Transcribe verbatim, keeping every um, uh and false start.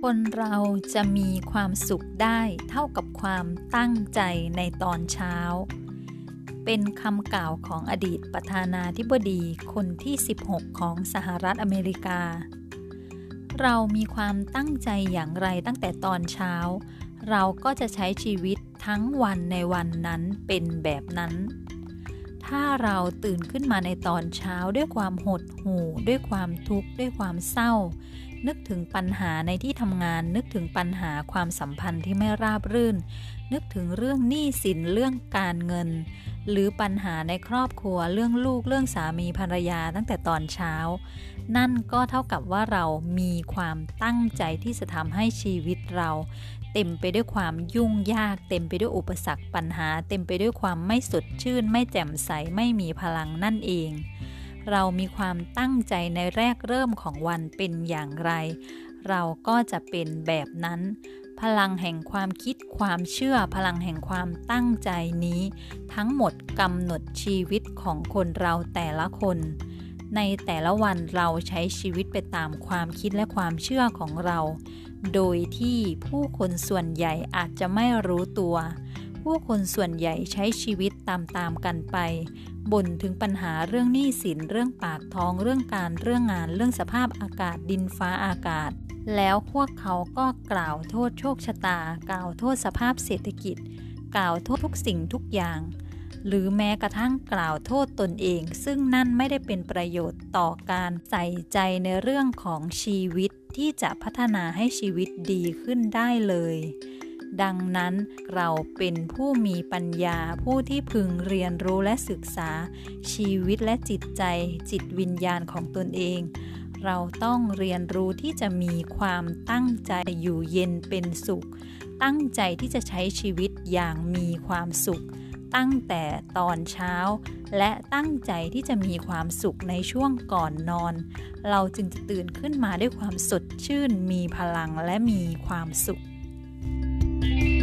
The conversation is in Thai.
คนเราจะมีความสุขได้เท่ากับความตั้งใจในตอนเช้าเป็นคำกล่าวของอดีตประธานาธิบดีคนที่สิบหกของสหรัฐอเมริกาเรามีความตั้งใจอย่างไรตั้งแต่ตอนเช้าเราก็จะใช้ชีวิตทั้งวันในวันนั้นเป็นแบบนั้นถ้าเราตื่นขึ้นมาในตอนเช้าด้วยความหดหู่ด้วยความทุกข์ด้วยความเศร้านึกถึงปัญหาในที่ทำงานนึกถึงปัญหาความสัมพันธ์ที่ไม่ราบรื่นนึกถึงเรื่องหนี้สินเรื่องการเงินหรือปัญหาในครอบครัวเรื่องลูกเรื่องสามีภรรยาตั้งแต่ตอนเช้านั่นก็เท่ากับว่าเรามีความตั้งใจที่จะทำให้ชีวิตเราเต็มไปด้วยความยุ่งยากเต็มไปด้วยอุปสรรคปัญหาเต็มไปด้วยความไม่สดชื่นไม่แจ่มใสไม่มีพลังนั่นเองเรามีความตั้งใจในแรกเริ่มของวันเป็นอย่างไรเราก็จะเป็นแบบนั้นพลังแห่งความคิดความเชื่อพลังแห่งความตั้งใจนี้ทั้งหมดกำหนดชีวิตของคนเราแต่ละคนในแต่ละวันเราใช้ชีวิตไปตามความคิดและความเชื่อของเราโดยที่ผู้คนส่วนใหญ่อาจจะไม่รู้ตัวผู้คนส่วนใหญ่ใช้ชีวิตตามๆกันไปบ่นถึงปัญหาเรื่องหนี้สินเรื่องปากท้องเรื่องการเรื่องงานเรื่องสภาพอากาศดินฟ้าอากาศแล้วพวกเขาก็กล่าวโทษโชคชะตากล่าวโทษสภาพเศรษฐกิจกล่าวโทษทุกสิ่งทุกอย่างหรือแม้กระทั่งกล่าวโทษตนเองซึ่งนั่นไม่ได้เป็นประโยชน์ต่อการใส่ใจในเรื่องของชีวิตที่จะพัฒนาให้ชีวิตดีขึ้นได้เลยดังนั้นเราเป็นผู้มีปัญญาผู้ที่พึงเรียนรู้และศึกษาชีวิตและจิตใจจิตวิญญาณของตนเองเราต้องเรียนรู้ที่จะมีความตั้งใจอยู่เย็นเป็นสุขตั้งใจที่จะใช้ชีวิตอย่างมีความสุขตั้งแต่ตอนเช้าและตั้งใจที่จะมีความสุขในช่วงก่อนนอนเราจึงจะตื่นขึ้นมาด้วยความสดชื่นมีพลังและมีความสุข